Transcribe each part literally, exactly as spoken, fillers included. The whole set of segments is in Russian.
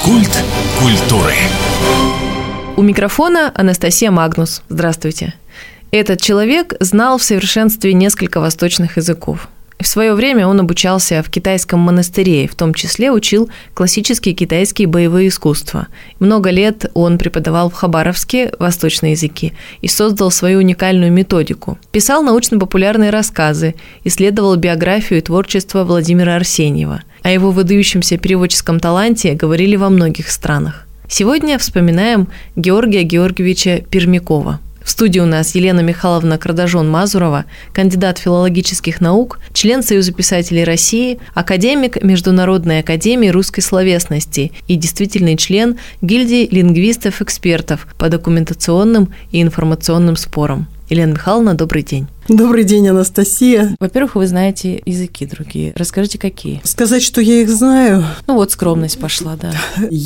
Культ культуры. У микрофона Анастасия Магнус. Здравствуйте. Этот человек знал в совершенстве несколько восточных языков. В свое время он обучался в китайском монастыре, и в том числе учил классические китайские боевые искусства. Много лет он преподавал в Хабаровске восточные языки и создал свою уникальную методику. Писал научно-популярные рассказы, исследовал биографию и творчество Владимира Арсеньева. О его выдающемся переводческом таланте говорили во многих странах. Сегодня вспоминаем Георгия Георгиевича Пермякова. В студии у нас Елена Михайловна Кардажон-Мазурова, кандидат филологических наук, член Союза писателей России, академик Международной академии русской словесности и действительный член гильдии лингвистов-экспертов по документационным и информационным спорам. Елена Михайловна, добрый день. Добрый день, Анастасия. Во-первых, вы знаете языки другие. Расскажите, какие? Сказать, что я их знаю? Ну вот скромность пошла, да.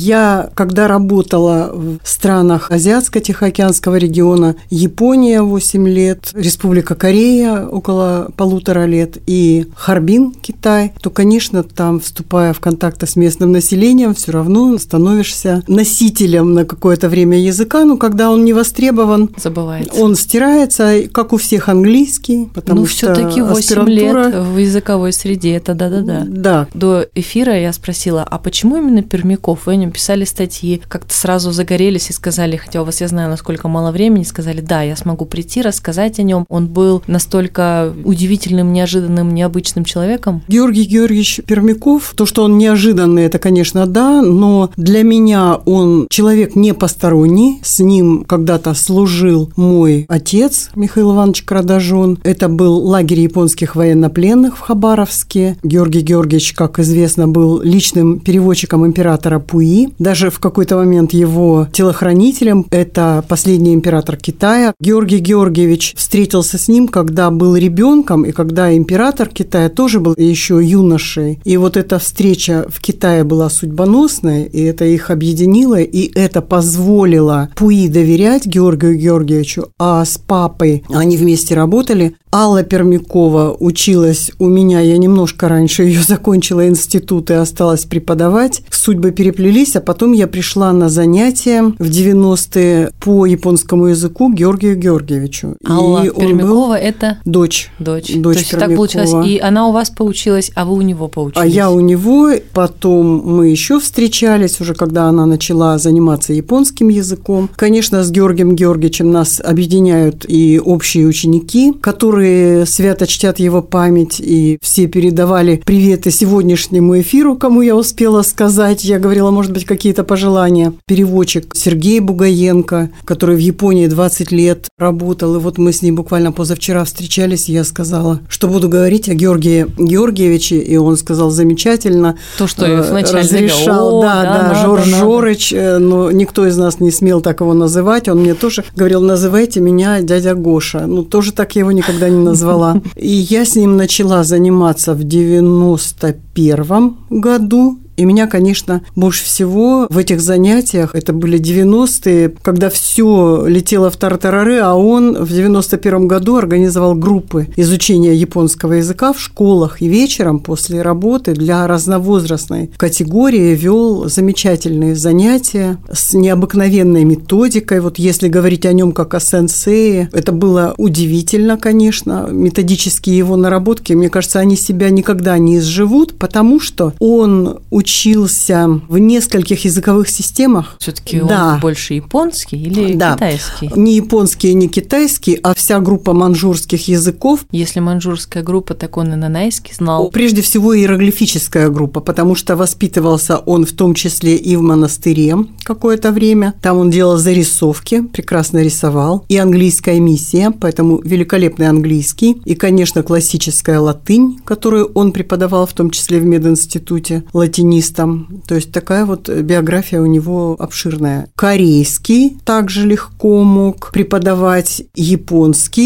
Я, когда работала в странах Азиатско-Тихоокеанского региона, Япония восемь лет, Республика Корея около полутора лет и Харбин, Китай, то, конечно, там, вступая в контакты с местным населением, все равно становишься носителем на какое-то время языка, но когда он не востребован, забывается. Он стирается, как у всех английский. Потому ну, что все-таки восемь лет в языковой среде, это да-да-да. Да. До эфира я спросила, а почему именно Пермяков? Вы о нем писали статьи, как-то сразу загорелись и сказали, хотя у вас, я знаю, насколько мало времени, сказали, да, я смогу прийти, рассказать о нем. Он был настолько удивительным, неожиданным, необычным человеком. Георгий Георгиевич Пермяков, то, что он неожиданный, это, конечно, да, но для меня он человек не посторонний. С ним когда-то служил мой отец Михаил Иванович Кардажон. Это был лагерь японских военнопленных в Хабаровске. Георгий Георгиевич, как известно, был личным переводчиком императора Пуи. Даже в какой-то момент его телохранителем. Это последний император Китая. Георгий Георгиевич встретился с ним, когда был ребенком, и когда император Китая тоже был еще юношей. И вот эта встреча в Китае была судьбоносной, и это их объединило, и это позволило Пуи доверять Георгию Георгиевичу, а с папой они вместе работали. Алла Пермякова училась у меня, я немножко раньше ее закончила институт и осталась преподавать. Судьбы переплелись, а потом я пришла на занятия в девяностые по японскому языку к Георгию Георгиевичу. Алла и Пермякова – это? Дочь. Дочь. Дочь То есть Пермякова. Так получилось, и она у вас поучилась, а вы у него поучились? А я у него, потом мы еще встречались, уже когда она начала заниматься японским языком. Конечно, с Георгием Георгиевичем нас объединяют и общие ученики, которые свято чтят его память, и все передавали приветы сегодняшнему эфиру, кому я успела сказать. Я говорила, может быть, какие-то пожелания. Переводчик Сергей Бугаенко, который в Японии двадцать лет работал, и вот мы с ним буквально позавчера встречались, и я сказала, что буду говорить о Георгии Георгиевиче, и он сказал, замечательно. То, что вначале разрешал, да, да, да, Жор Жорыч, но никто из нас не смел так его называть, он мне тоже говорил, называйте меня дядя Гоша. Ну, тоже так я его никогда не назвала. И я с ним начала заниматься в девяносто первом году. И меня, конечно, больше всего в этих занятиях, это были девяностые, когда все летело в тартарары, а он в девяносто первом году организовал группы изучения японского языка в школах и вечером после работы для разновозрастной категории вел замечательные занятия с необыкновенной методикой. Вот если говорить о нем как о сенсее, это было удивительно, конечно. Методические его наработки, мне кажется, они себя никогда не изживут, потому что он учил учился в нескольких языковых системах. Все-таки да. он больше японский или да. китайский? Не японский, не китайский, а вся группа маньчжурских языков. Если маньчжурская группа, так он и нанайский знал. Прежде всего иероглифическая группа, потому что воспитывался он в том числе и в монастыре какое-то время. Там он делал зарисовки, прекрасно рисовал. И английская миссия, поэтому великолепный английский. И, конечно, классическая латынь, которую он преподавал, в том числе в мединституте, латинист. То есть такая вот биография у него обширная. Корейский также легко мог преподавать, японский.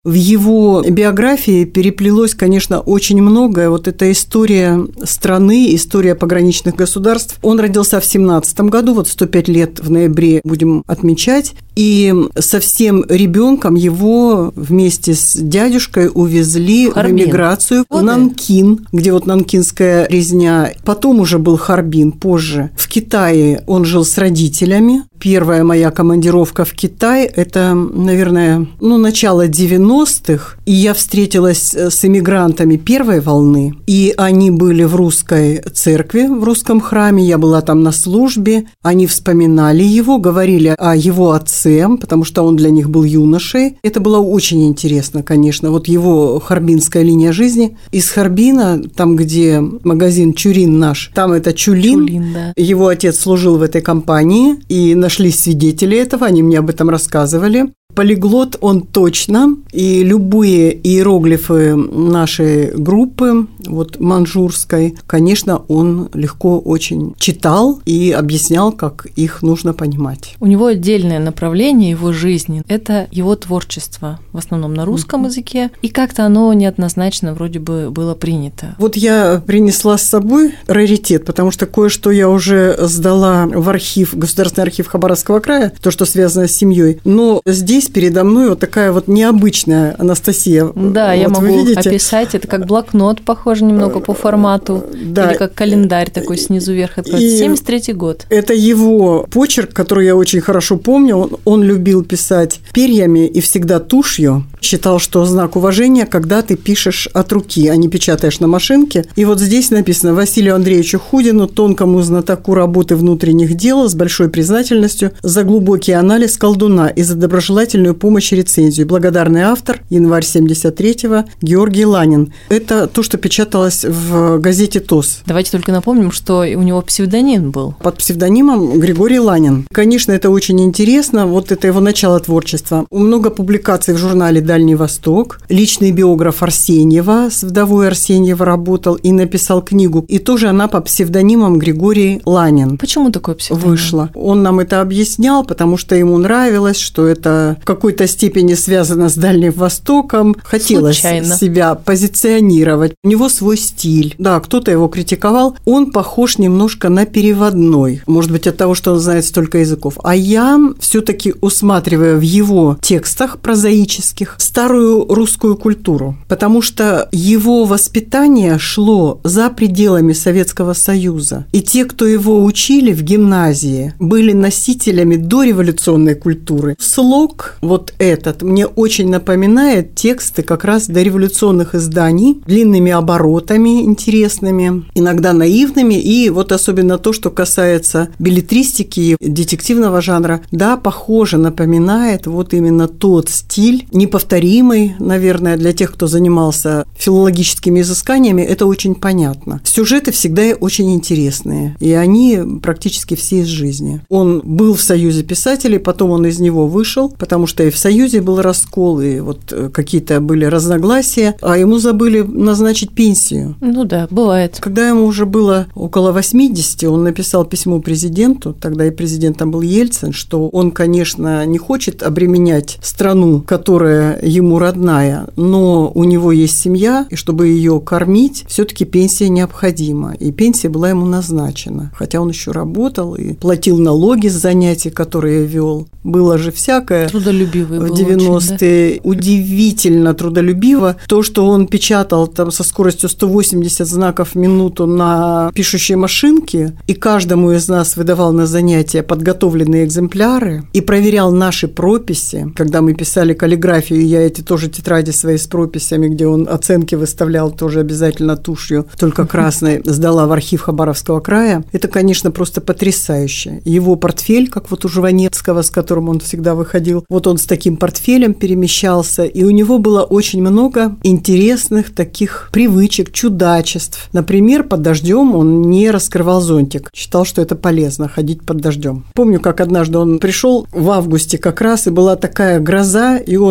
В его биографии переплелось, конечно, очень многое. Вот эта история страны, история пограничных государств. Он родился в семнадцатом году, вот сто пять лет в ноябре будем отмечать. И совсем ребенком его вместе с дядюшкой увезли в эмиграцию в Нанкин, где вот нанкинская резня. Потом уже был Харбин, позже. В Китае он жил с родителями. Первая моя командировка в Китай – это, наверное, ну, начало девяностых. И я встретилась с эмигрантами первой волны. И они были в русской церкви, в русском храме. Я была там на службе. Они вспоминали его, говорили о его отце, потому что он для них был юношей. Это было очень интересно, конечно. Вот его харбинская линия жизни. Из Харбина, там, где магазин Чурин наш, там это Чулин. Чулин, да. Его отец служил в этой компании, и нашлись свидетели этого, они мне об этом рассказывали. Полиглот он точно, и любые иероглифы нашей группы, вот манжурской, конечно, он легко очень читал и объяснял, как их нужно понимать. У него отдельное направление его жизни – это его творчество, в основном на русском mm-hmm. языке, и как-то оно неоднозначно вроде бы было принято. Вот я принесла с собой раритет, потому что кое-что я уже сдала в архив, Государственный архив Хабаровского края, то, что связано с семьей, но здесь передо мной вот такая вот необычная Анастасия. Да, вот я могу описать. Это как блокнот, похоже немного по формату. Да. Или как календарь такой снизу вверх. Это семьдесят третий год. Это его почерк, который я очень хорошо помню. Он, он любил писать перьями и всегда тушью. Считал, что знак уважения, когда ты пишешь от руки, а не печатаешь на машинке. И вот здесь написано: Василию Андреевичу Худину, тонкому знатоку работы внутренних дел, с большой признательностью за глубокий анализ колдуна и за доброжелательную помощь и рецензию. Благодарный автор, январь семьдесят третьего, Георгий Ланин. Это то, что печаталось в газете ТОС. Давайте только напомним, что у него псевдоним был. Под псевдонимом Григорий Ланин. Конечно, это очень интересно. Вот это его начало творчества. Много публикаций в журнале «Дальний Восток». Личный биограф Арсеньева, с вдовой Арсеньева работал и написал книгу. И тоже она по псевдонимам Григорий Ланин. Почему такой псевдоним? Вышла. Он нам это объяснял, потому что ему нравилось, что это в какой-то степени связано с Дальним Востоком. Хотелось Случайно. себя позиционировать. У него свой стиль. Да, кто-то его критиковал. Он похож немножко на переводной. Может быть, от того, что он знает столько языков. А я все-таки усматриваю в его текстах прозаических старую русскую культуру, потому что его воспитание шло за пределами Советского Союза. И те, кто его учили в гимназии, были носителями дореволюционной культуры. Слог вот этот мне очень напоминает тексты как раз дореволюционных изданий, длинными оборотами интересными, иногда наивными, и вот особенно то, что касается беллетристики, детективного жанра, да, похоже, напоминает вот именно тот стиль, неповторимый, наверное, для тех, кто занимался филологическими изысканиями, это очень понятно. Сюжеты всегда очень интересные, и они практически все из жизни. Он был в Союзе писателей, потом он из него вышел, потому что и в Союзе был раскол, и вот какие-то были разногласия, а ему забыли назначить пенсию. Ну да, бывает. Когда ему уже было около восьмидесяти, он написал письмо президенту, тогда и президентом был Ельцин, что он, конечно, не хочет обременять страну, которая ему родная, но у него есть семья, и чтобы ее кормить, все-таки пенсия необходима. И пенсия была ему назначена. Хотя он еще работал и платил налоги с занятий, которые вел. Было же всякое. Трудолюбивый был в девяностые. Очень, да? Удивительно трудолюбиво. То, что он печатал там со скоростью сто восемьдесят знаков в минуту на пишущей машинке, и каждому из нас выдавал на занятия подготовленные экземпляры, и проверял наши прописи. Когда мы писали каллиграфию, я эти тоже тетради свои с прописями, где он оценки выставлял тоже обязательно тушью, только красной, сдала в архив Хабаровского края. Это, конечно, просто потрясающе. Его портфель, как вот у Жванецкого, с которым он всегда выходил, вот он с таким портфелем перемещался, и у него было очень много интересных таких привычек, чудачеств. Например, под дождем он не раскрывал зонтик. Считал, что это полезно, ходить под дождем. Помню, как однажды он пришел в августе как раз, и была такая гроза, и он явился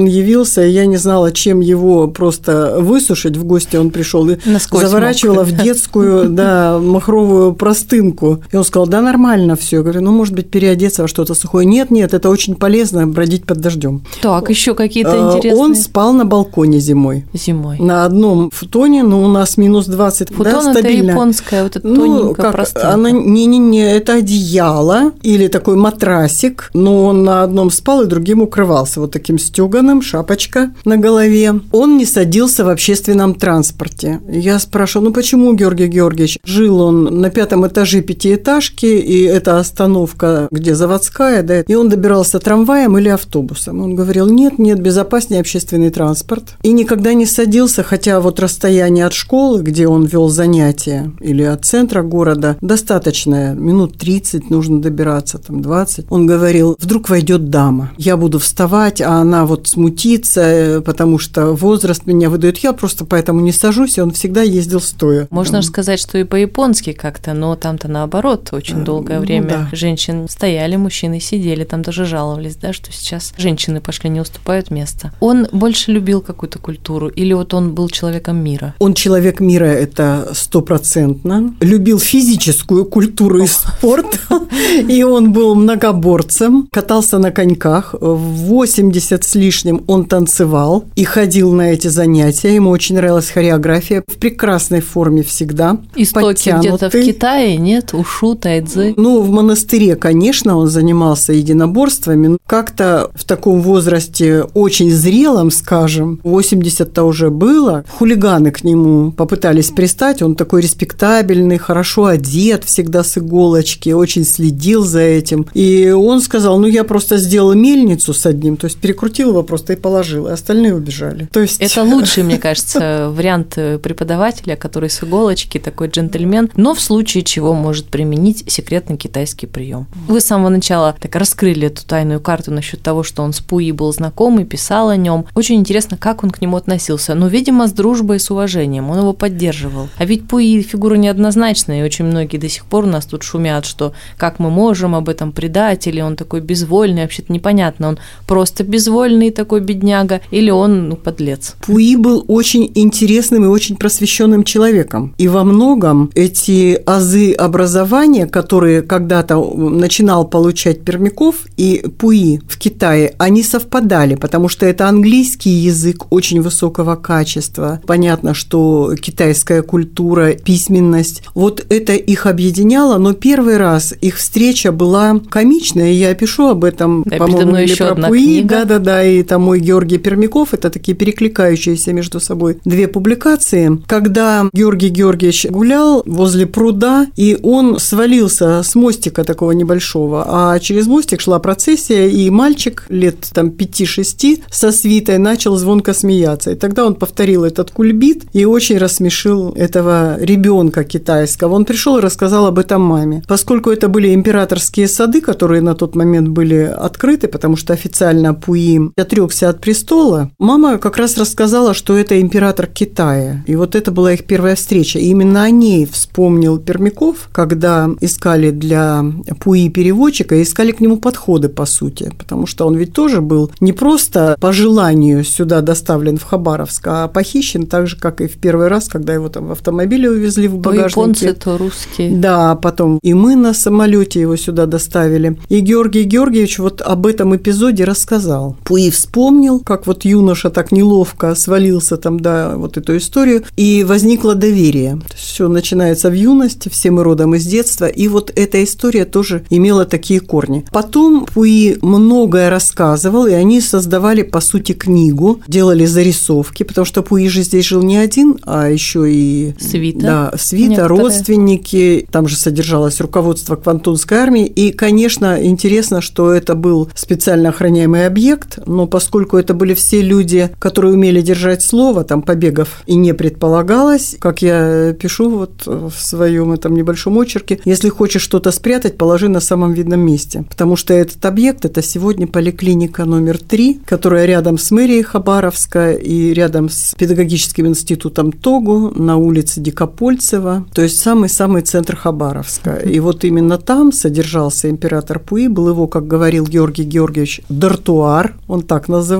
сушился, и я не знала, чем его просто высушить. В гости он пришел и насквозь заворачивала мокрый. В детскую, да, махровую простынку. И он сказал, да, нормально все. Я говорю, ну, может быть, переодеться во что-то сухое. Нет, нет, это очень полезно бродить под дождем. Так, еще какие-то интересные. Он спал на балконе зимой. Зимой. На одном футоне, но у нас минус двадцать, футон, да, стабильно. Это японская вот эта ну, тоненькая простынка. Она, не-не-не, это одеяло или такой матрасик, но он на одном спал и другим укрывался вот таким стёганым, шапочка на голове. Он не садился в общественном транспорте. Я спрашивала, ну почему, Георгий Георгиевич? Жил он на пятом этаже пятиэтажки, и это остановка, где заводская, да, и он добирался трамваем или автобусом. Он говорил, нет, нет, безопаснее общественный транспорт. И никогда не садился, хотя вот расстояние от школы, где он вел занятия, или от центра города, достаточное, минут тридцать нужно добираться, там двадцать. Он говорил, вдруг войдет дама, я буду вставать, а она вот смутится, потому что возраст меня выдает, я просто поэтому не сажусь, и он всегда ездил стоя. Можно же сказать, что и по-японски как-то, но там-то наоборот, очень долгое ну, время да. женщин стояли, мужчины сидели, там даже жаловались, да, что сейчас женщины пошли, не уступают место. Он больше любил какую-то культуру, или вот он был человеком мира? Он человек мира, это стопроцентно. Любил физическую культуру и спорт, и он был многоборцем, катался на коньках, в восемьдесят с лишним он танцевал и ходил на эти занятия, ему очень нравилась хореография, в прекрасной форме всегда, истоки где-то в Китае, нет? Ушу, тайцзи? Ну, в монастыре, конечно, он занимался единоборствами, как-то в таком возрасте очень зрелом, скажем, восемьдесят-то уже было, хулиганы к нему попытались пристать, он такой респектабельный, хорошо одет, всегда с иголочки, очень следил за этим. И он сказал, ну, я просто сделал мельницу с одним, то есть перекрутил его просто и положил, и остальные убежали. То есть... Это лучший, мне кажется, вариант преподавателя, который с иголочки, такой джентльмен, но в случае чего может применить секретный китайский прием. Вы с самого начала так раскрыли эту тайную карту насчет того, что он с Пуи был знаком и писал о нем. Очень интересно, как он к нему относился. Но, видимо, с дружбой и с уважением. Он его поддерживал. А ведь Пуи фигура неоднозначная, и очень многие до сих пор у нас тут шумят, что как мы можем об этом предать, или он такой безвольный, вообще-то непонятно, он просто безвольный такой бедняга, или он, ну, подлец. Пуи был очень интересным и очень просвещенным человеком. И во многом эти азы образования, которые когда-то начинал получать Пермяков и Пуи в Китае, они совпадали, потому что это английский язык очень высокого качества. Понятно, что китайская культура, письменность, вот это их объединяло, но первый раз их встреча была комичная, я пишу об этом, да, по-моему, или про Пуи, да-да-да, и там мой Георгий Пермяков, это такие перекликающиеся между собой две публикации, когда Георгий Георгиевич гулял возле пруда, и он свалился с мостика такого небольшого, а через мостик шла процессия, и мальчик лет там пяти-шести со свитой начал звонко смеяться, и тогда он повторил этот кульбит и очень рассмешил этого ребенка китайского. Он пришел и рассказал об этом маме. Поскольку это были императорские сады, которые на тот момент были открыты, потому что официально Пуи отрекся от престола, мама как раз рассказала, что это император Китая. И вот это была их первая встреча. И именно о ней вспомнил Пермяков, когда искали для Пуи переводчика, искали к нему подходы, по сути, потому что он ведь тоже был не просто по желанию сюда доставлен в Хабаровск, а похищен так же, как и в первый раз, когда его там в автомобиле увезли в багажнике. То японцы, то русские. Да, потом и мы на самолете его сюда доставили. И Георгий Георгиевич вот об этом эпизоде рассказал. Пуи вспомнил, как вот юноша так неловко свалился там, да, вот эту историю, и возникло доверие. Все начинается в юности, все мы родом из детства, и вот эта история тоже имела такие корни. Потом Пуи многое рассказывал, и они создавали, по сути, книгу, делали зарисовки, потому что Пуи же здесь жил не один, а еще и свита, да, свита, некоторые. Родственники, там же содержалось руководство Квантунской армии, и, конечно, интересно, что это был специально охраняемый объект, но поскольку это были все люди, которые умели держать слово, там побегов и не предполагалось, как я пишу вот в своем этом небольшом очерке, если хочешь что-то спрятать, положи на самом видном месте, потому что этот объект – это сегодня поликлиника номер три, которая рядом с мэрией Хабаровска и рядом с педагогическим институтом ТОГУ на улице Дикопольцева, то есть самый-самый центр Хабаровска. И вот именно там содержался император Пуи, был его, как говорил Георгий Георгиевич, дартуар, он так называл,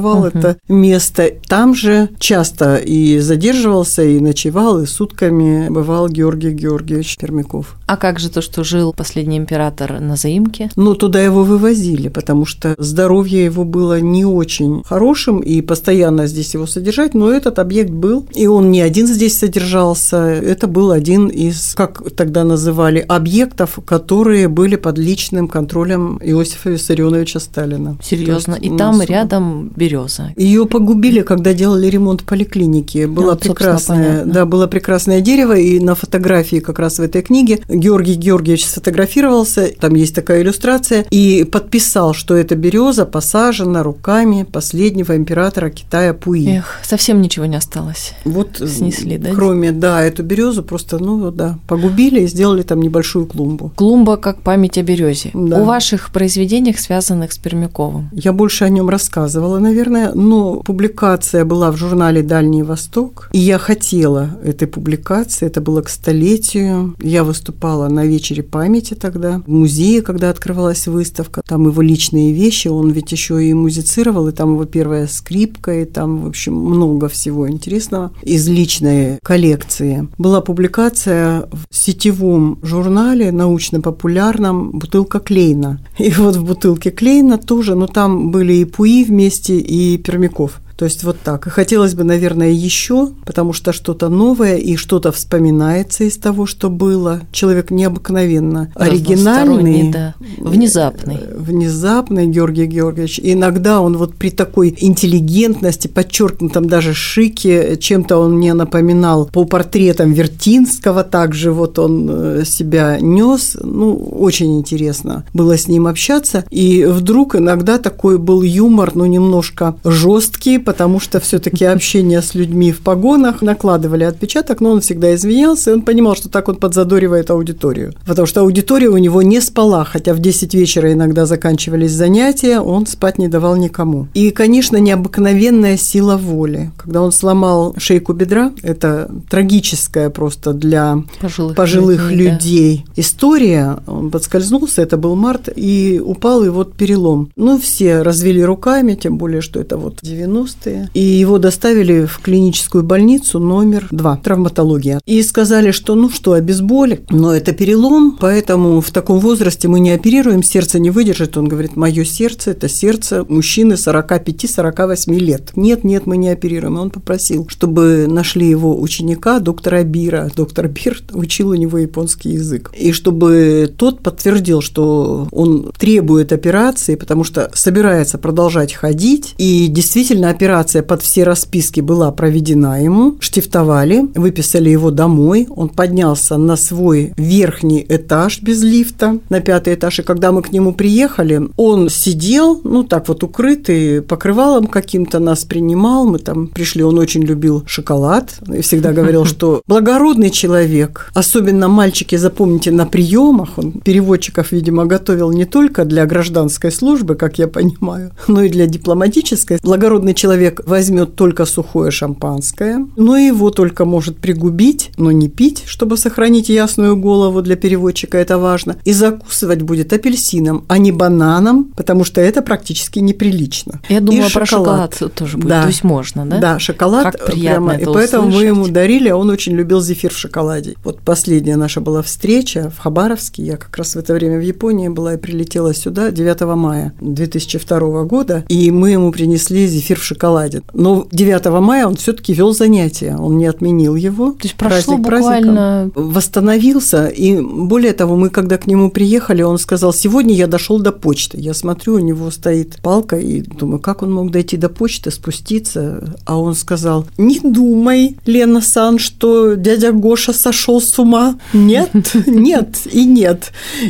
называл угу. это место. Там же часто и задерживался, и ночевал, и сутками бывал Георгий Георгиевич Пермяков. А как же то, что жил последний император на заимке? Ну, туда его вывозили, потому что здоровье его было не очень хорошим, и постоянно здесь его содержать, но этот объект был, и он не один здесь содержался, это был один из, как тогда называли, объектов, которые были под личным контролем Иосифа Виссарионовича Сталина. Серьезно? И там рядом береза. Ее погубили, когда делали ремонт поликлиники. Было ну, прекрасное, да, было прекрасное дерево, и на фотографии как раз в этой книге Георгий Георгиевич сфотографировался, там есть такая иллюстрация, и подписал, что эта береза посажена руками последнего императора Китая Пуи. Эх, совсем ничего не осталось. Вот снесли, да? Кроме, да, эту березу просто, ну да, погубили и сделали там небольшую клумбу. Клумба как память о березе. Да. О ваших произведениях, связанных с Пермяковым. Я больше о нем рассказывала, наверное, но публикация была в журнале «Дальний Восток», и я хотела этой публикации, это было к столетию. Я выступала на вечере памяти тогда, в музее, когда открывалась выставка, там его личные вещи, он ведь еще и музицировал, и там его первая скрипка, и там, в общем, много всего интересного из личной коллекции. Была публикация в сетевом журнале научно-популярном «Бутылка Клейна». И вот в «Бутылке Клейна» тоже, но там были и Пуи вместе, и Пермяков. То есть вот так. И хотелось бы, наверное, еще, потому что что-то новое и что-то вспоминается из того, что было. Человек необыкновенно оригинальный, да. внезапный. Внезапный Георгий Георгиевич. И иногда он вот при такой интеллигентности, подчеркнутом даже шике, чем-то он мне напоминал по портретам Вертинского, также вот он себя нес. Ну, очень интересно было с ним общаться. И вдруг иногда такой был юмор, ну, немножко жесткий, потому что все-таки общение с людьми в погонах накладывали отпечаток, но он всегда извинялся, и он понимал, что так он подзадоривает аудиторию. Потому что аудитория у него не спала, хотя в десять вечера иногда заканчивались занятия, он спать не давал никому. И, конечно, необыкновенная сила воли. Когда он сломал шейку бедра, это трагическая просто для пожилых, пожилых людей, людей. Да. История, он подскользнулся, это был март, и упал, и вот перелом. Ну, все развели руками, тем более, что это вот девяностые. И его доставили в клиническую больницу номер два, травматология. И сказали, что ну что, обезболит, но это перелом, поэтому в таком возрасте мы не оперируем, сердце не выдержит. Он говорит, мое сердце – это сердце мужчины сорок пять - сорок восемь лет. Нет, нет, мы не оперируем. И он попросил, чтобы нашли его ученика, доктора Бира. Доктор Бир учил у него японский язык. И чтобы тот подтвердил, что он требует операции, потому что собирается продолжать ходить. И действительно, операция под все расписки была проведена ему, штифтовали, выписали его домой, он поднялся на свой верхний этаж без лифта, на пятый этаж, и когда мы к нему приехали, он сидел, ну так вот укрытый покрывалом каким-то, нас принимал, мы там пришли, он очень любил шоколад, и всегда говорил, что благородный человек, особенно мальчики, запомните, на приемах, он переводчиков, видимо, готовил не только для гражданской службы, как я понимаю, но и для дипломатической. Благородный человек возьмет только сухое шампанское, но его только может пригубить, но не пить, чтобы сохранить ясную голову, для переводчика это важно, и закусывать будет апельсином, а не бананом, потому что это практически неприлично. Я думала, про шоколад тоже будет, да. То есть можно, да? Да, шоколад как приятно прямо, это и поэтому услышать. Мы ему дарили, а он очень любил зефир в шоколаде. Вот последняя наша была встреча в Хабаровске, я как раз в это время в Японии была и прилетела сюда девятого мая две тысячи второго года, и мы ему принесли зефир в шоколаде. Но девятого мая он все-таки вел занятия, он не отменил его. То есть прошло буквально... Восстановился, и более того, мы когда к нему приехали, он сказал, сегодня я дошел до почты. Я смотрю, у него стоит палка, и думаю, как он мог дойти до почты, спуститься? А он сказал, не думай, Лена Сан, что дядя Гоша сошел с ума. Нет, нет и нет.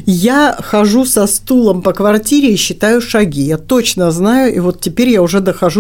Я хожу со стулом по квартире и считаю шаги. Я точно знаю, и вот теперь я уже дохожу до почтового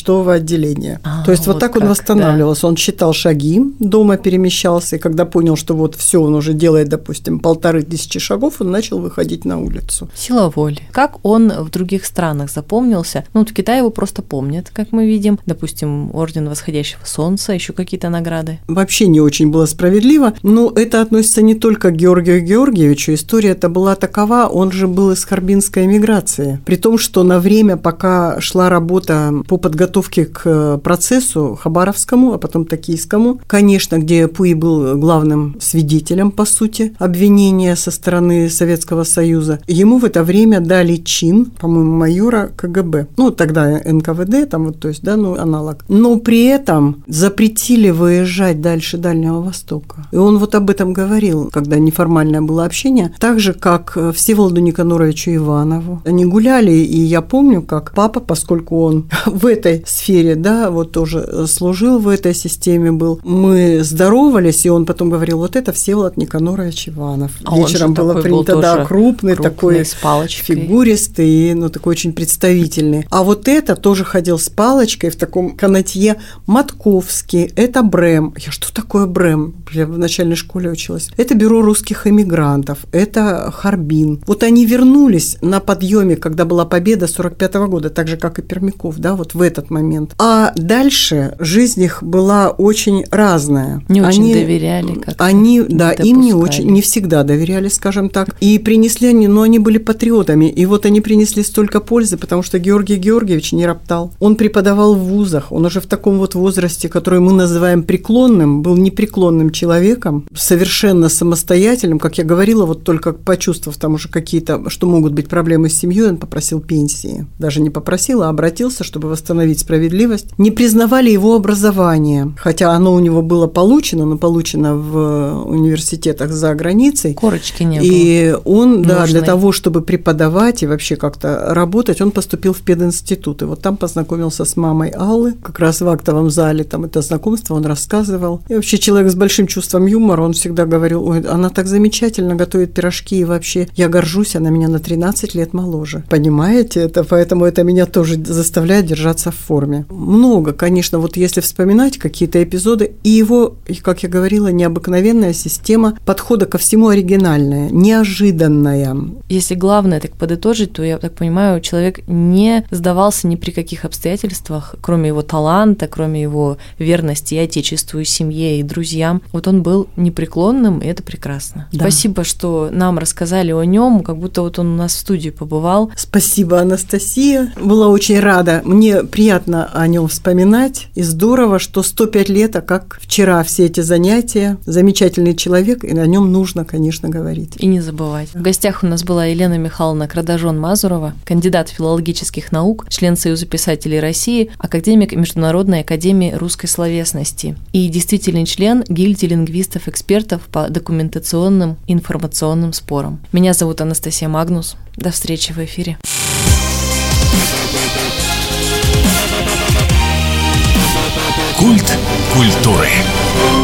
почтового отделения. А, То есть вот, вот так как, он восстанавливался. Да. Он считал шаги, дома перемещался, и когда понял, что вот все, он уже делает, допустим, полторы тысячи шагов, он начал выходить на улицу. Сила воли. Как он в других странах запомнился? Ну, вот в Китае его просто помнят, как мы видим. Допустим, орден восходящего солнца, еще какие-то награды. Вообще не очень было справедливо. Но это относится не только к Георгию Георгиевичу. История эта была такова, он же был из харбинской эмиграции. При том, что на время, пока шла работа по подготовке к процессу хабаровскому, а потом токийскому, конечно, где Пуи был главным свидетелем, по сути, обвинения со стороны Советского Союза, ему в это время дали чин, по-моему, майора ка гэ бэ. Ну, тогда эн ка вэ дэ, там вот, то есть, да, ну, аналог. Но при этом запретили выезжать дальше Дальнего Востока. И он вот об этом говорил, когда неформальное было общение, так же, как Всеволоду Никаноровичу Иванову. Они гуляли, и я помню, как папа, поскольку он в этой сфере, да, вот тоже служил в этой системе был, мы здоровались, и он потом говорил, вот это Всеволод Никанорович Иванов. А вечером было принято, да, крупный, крупный, такой с палочкой, фигуристый, ну, такой очень представительный. А вот это тоже ходил с палочкой в таком канатье. Матковский, это Брэм. Я, что такое Брэм? Я в начальной школе училась. Это бюро русских эмигрантов, это Харбин. Вот они вернулись на подъеме, когда была победа сорок пятого года, так же, как и Пермяков, да, вот в этот момент. А дальше жизнь их была очень разная. Не очень они, доверяли как-то. Они, да, допускали. Им не очень, не всегда доверяли, скажем так. И принесли они, но они были патриотами. И вот они принесли столько пользы, потому что Георгий Георгиевич не роптал. Он преподавал в вузах, он уже в таком вот возрасте, который мы называем преклонным, был непреклонным человеком, совершенно самостоятельным, как я говорила, вот только почувствовав там уже какие-то, что могут быть проблемы с семьей, он попросил пенсии. Даже не попросил, а обратился, чтобы восстановить справедливость. Не признавали его образование, хотя оно у него было получено, но получено в университетах за границей. Корочки не было. И он, да, для того, чтобы преподавать и вообще как-то работать, он поступил в пединститут. И вот там познакомился с мамой Аллы, как раз в актовом зале, там это знакомство он рассказывал. И вообще человек с большим чувством юмора, он всегда говорил, ой, она так замечательно готовит пирожки, и вообще я горжусь, она меня на тринадцать лет моложе. Понимаете это? Поэтому это меня тоже заставляет держаться в форме. Много, конечно, вот если вспоминать какие-то эпизоды, и его, как я говорила, необыкновенная система подхода ко всему оригинальная, неожиданная. Если главное так подытожить, то, я так понимаю, человек не сдавался ни при каких обстоятельствах, кроме его таланта, кроме его верности и отечеству, и семье, и друзьям. Вот он был непреклонным, и это прекрасно. Да. Спасибо, что нам рассказали о нем, как будто вот он у нас в студии побывал. Спасибо, Анастасия. Была очень рада. Мне приятно о нем вспоминать. И здорово, что сто пять лет, а как вчера все эти занятия. Замечательный человек, и о нем нужно, конечно, говорить. И не забывать. В гостях у нас была Елена Михайловна Крадожон-Мазурова, кандидат филологических наук, член Союза писателей России, академик Международной академии русской словесности и действительный член гильдии лингвистов-экспертов по документационным и информационным спорам. Меня зовут Анастасия Магнус. До встречи в эфире. Культ культуры.